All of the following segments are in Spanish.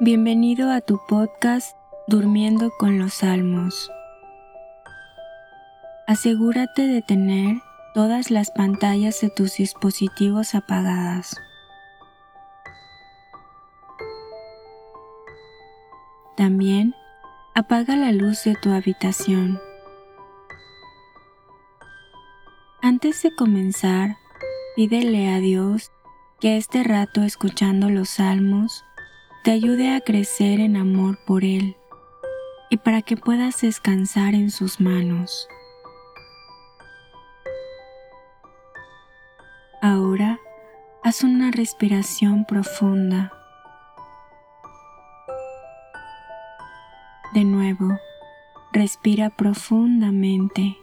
Bienvenido a tu podcast Durmiendo con los Salmos. Asegúrate de tener todas las pantallas de tus dispositivos apagadas. También apaga la luz de tu habitación. Antes de comenzar, pídele a Dios que este rato escuchando los salmos te ayude a crecer en amor por Él y para que puedas descansar en sus manos. Ahora, haz una respiración profunda. De nuevo, respira profundamente.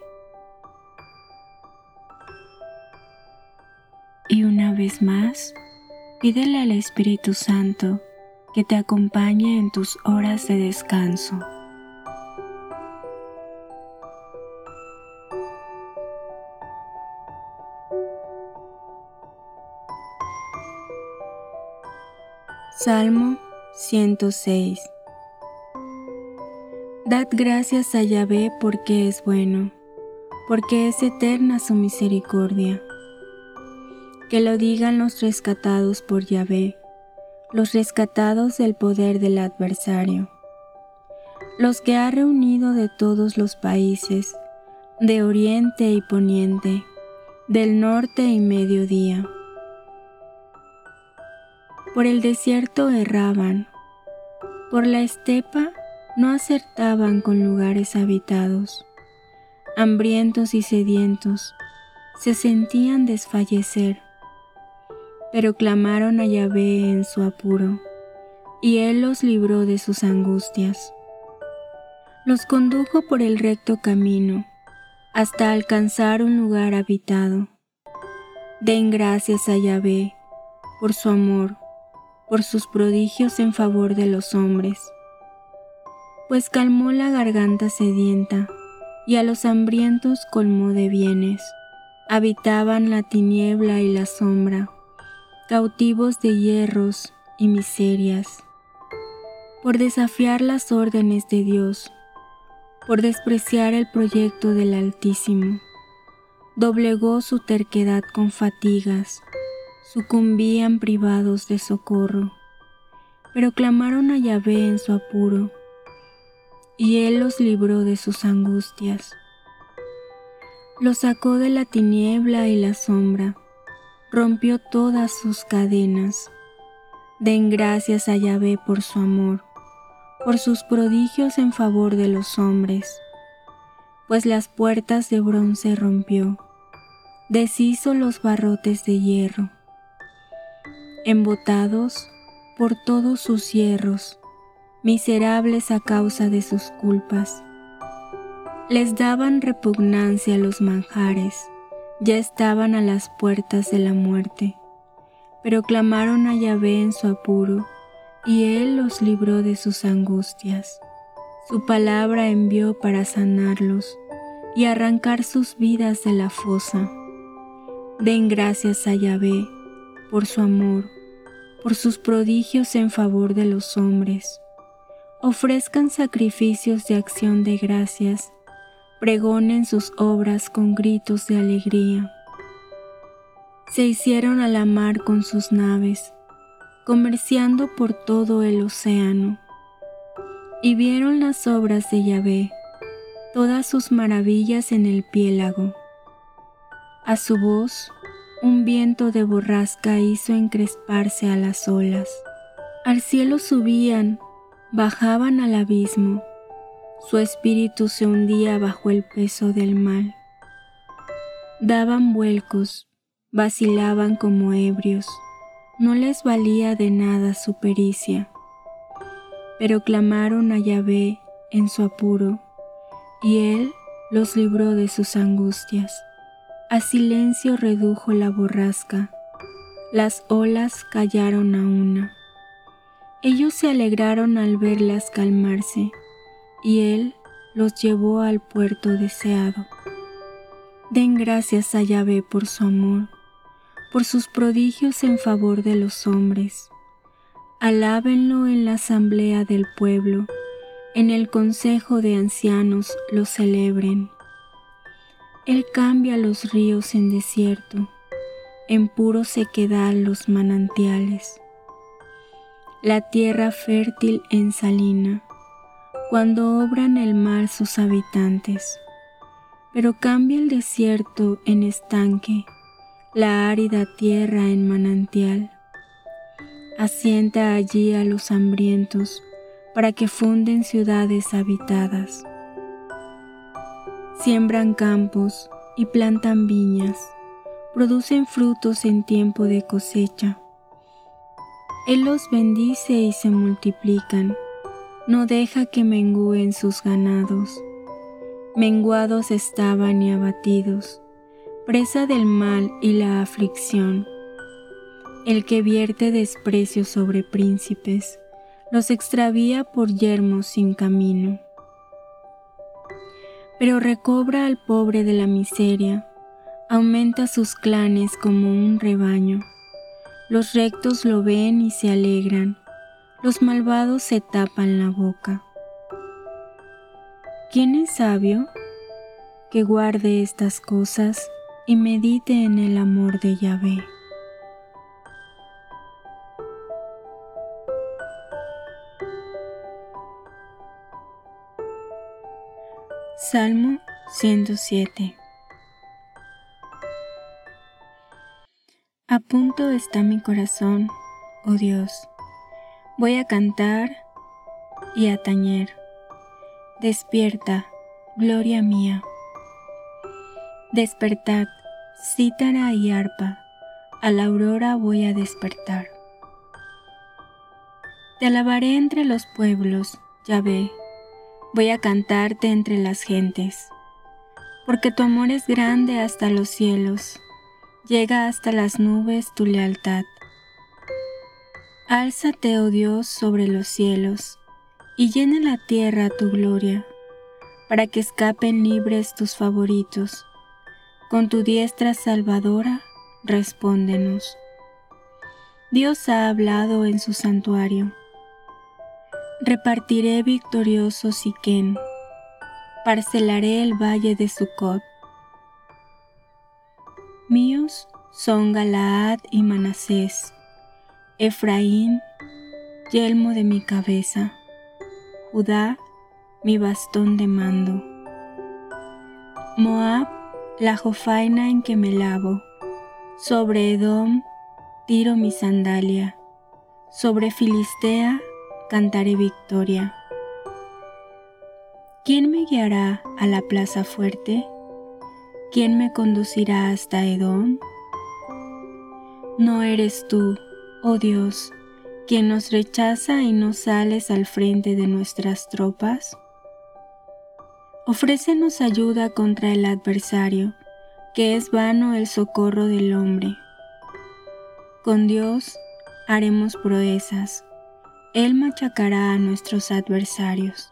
Y una vez más, pídele al Espíritu Santo que te acompañe en tus horas de descanso. Salmo 106. Dad gracias a Yahvé porque es bueno, porque es eterna su misericordia. Que lo digan los rescatados por Yahvé, los rescatados del poder del adversario, los que ha reunido de todos los países, de oriente y poniente, del norte y mediodía. Por el desierto erraban, por la estepa no acertaban con lugares habitados. Hambrientos y sedientos se sentían desfallecer, pero clamaron a Yahvé en su apuro, y Él los libró de sus angustias. Los condujo por el recto camino, hasta alcanzar un lugar habitado. Den gracias a Yahvé por su amor, por sus prodigios en favor de los hombres. Pues calmó la garganta sedienta, y a los hambrientos colmó de bienes. Habitaban la tiniebla y la sombra, cautivos de hierros y miserias. Por desafiar las órdenes de Dios, por despreciar el proyecto del Altísimo, doblegó su terquedad con fatigas, sucumbían privados de socorro, pero clamaron a Yahvé en su apuro, y Él los libró de sus angustias. Los sacó de la tiniebla y la sombra, rompió todas sus cadenas. Den gracias a Yahvé por su amor, por sus prodigios en favor de los hombres, pues las puertas de bronce rompió, deshizo los barrotes de hierro. Embotados por todos sus hierros, miserables a causa de sus culpas. Les daban repugnancia los manjares, ya estaban a las puertas de la muerte, pero clamaron a Yahvé en su apuro, y Él los libró de sus angustias. Su palabra envió para sanarlos y arrancar sus vidas de la fosa. Den gracias a Yahvé por su amor, por sus prodigios en favor de los hombres. Ofrezcan sacrificios de acción de gracias, pregonen sus obras con gritos de alegría. Se hicieron a la mar con sus naves, comerciando por todo el océano, y vieron las obras de Yahvé, todas sus maravillas en el piélago. A su voz, un viento de borrasca hizo encresparse a las olas. Al cielo subían, bajaban al abismo. Su espíritu se hundía bajo el peso del mal. Daban vuelcos, vacilaban como ebrios, no les valía de nada su pericia. Pero clamaron a Yahvé en su apuro, y Él los libró de sus angustias. A silencio redujo la borrasca, las olas callaron a una. Ellos se alegraron al verlas calmarse, y Él los llevó al puerto deseado. Den gracias a Yahvé por su amor, por sus prodigios en favor de los hombres. Alábenlo en la asamblea del pueblo, en el consejo de ancianos lo celebren. Él cambia los ríos en desierto, en puro sequedad los manantiales. La tierra fértil en salina, cuando obran el mar sus habitantes. Pero cambia el desierto en estanque, la árida tierra en manantial. Asienta allí a los hambrientos, para que funden ciudades habitadas. Siembran campos y plantan viñas, producen frutos en tiempo de cosecha. Él los bendice y se multiplican, no deja que mengúen sus ganados. Menguados estaban y abatidos, presa del mal y la aflicción. El que vierte desprecio sobre príncipes, los extravía por yermos sin camino. Pero recobra al pobre de la miseria, aumenta sus clanes como un rebaño. Los rectos lo ven y se alegran, los malvados se tapan la boca. ¿Quién es sabio? Que guarde estas cosas y medite en el amor de Yahvé. Salmo 107. A punto está mi corazón, oh Dios. Voy a cantar y a tañer. Despierta, gloria mía. Despertad, cítara y arpa, a la aurora voy a despertar. Te alabaré entre los pueblos, Yahvé. Voy a cantarte entre las gentes, porque tu amor es grande hasta los cielos, llega hasta las nubes tu lealtad. Álzate, oh Dios, sobre los cielos, y llena la tierra tu gloria, para que escapen libres tus favoritos. Con tu diestra salvadora, respóndenos. Dios ha hablado en su santuario. Repartiré victorioso Siquén, parcelaré el valle de Sucot. Míos son Galaad y Manasés, Efraín, yelmo de mi cabeza, Judá, mi bastón de mando. Moab, la jofaina en que me lavo, sobre Edom tiro mi sandalia, sobre Filistea cantaré victoria. ¿Quién me guiará a la plaza fuerte? ¿Quién me conducirá hasta Edom? ¿No eres tú, oh Dios, quien nos rechaza y no sales al frente de nuestras tropas? Ofrécenos ayuda contra el adversario, que es vano el socorro del hombre. Con Dios haremos proezas. Él machacará a nuestros adversarios.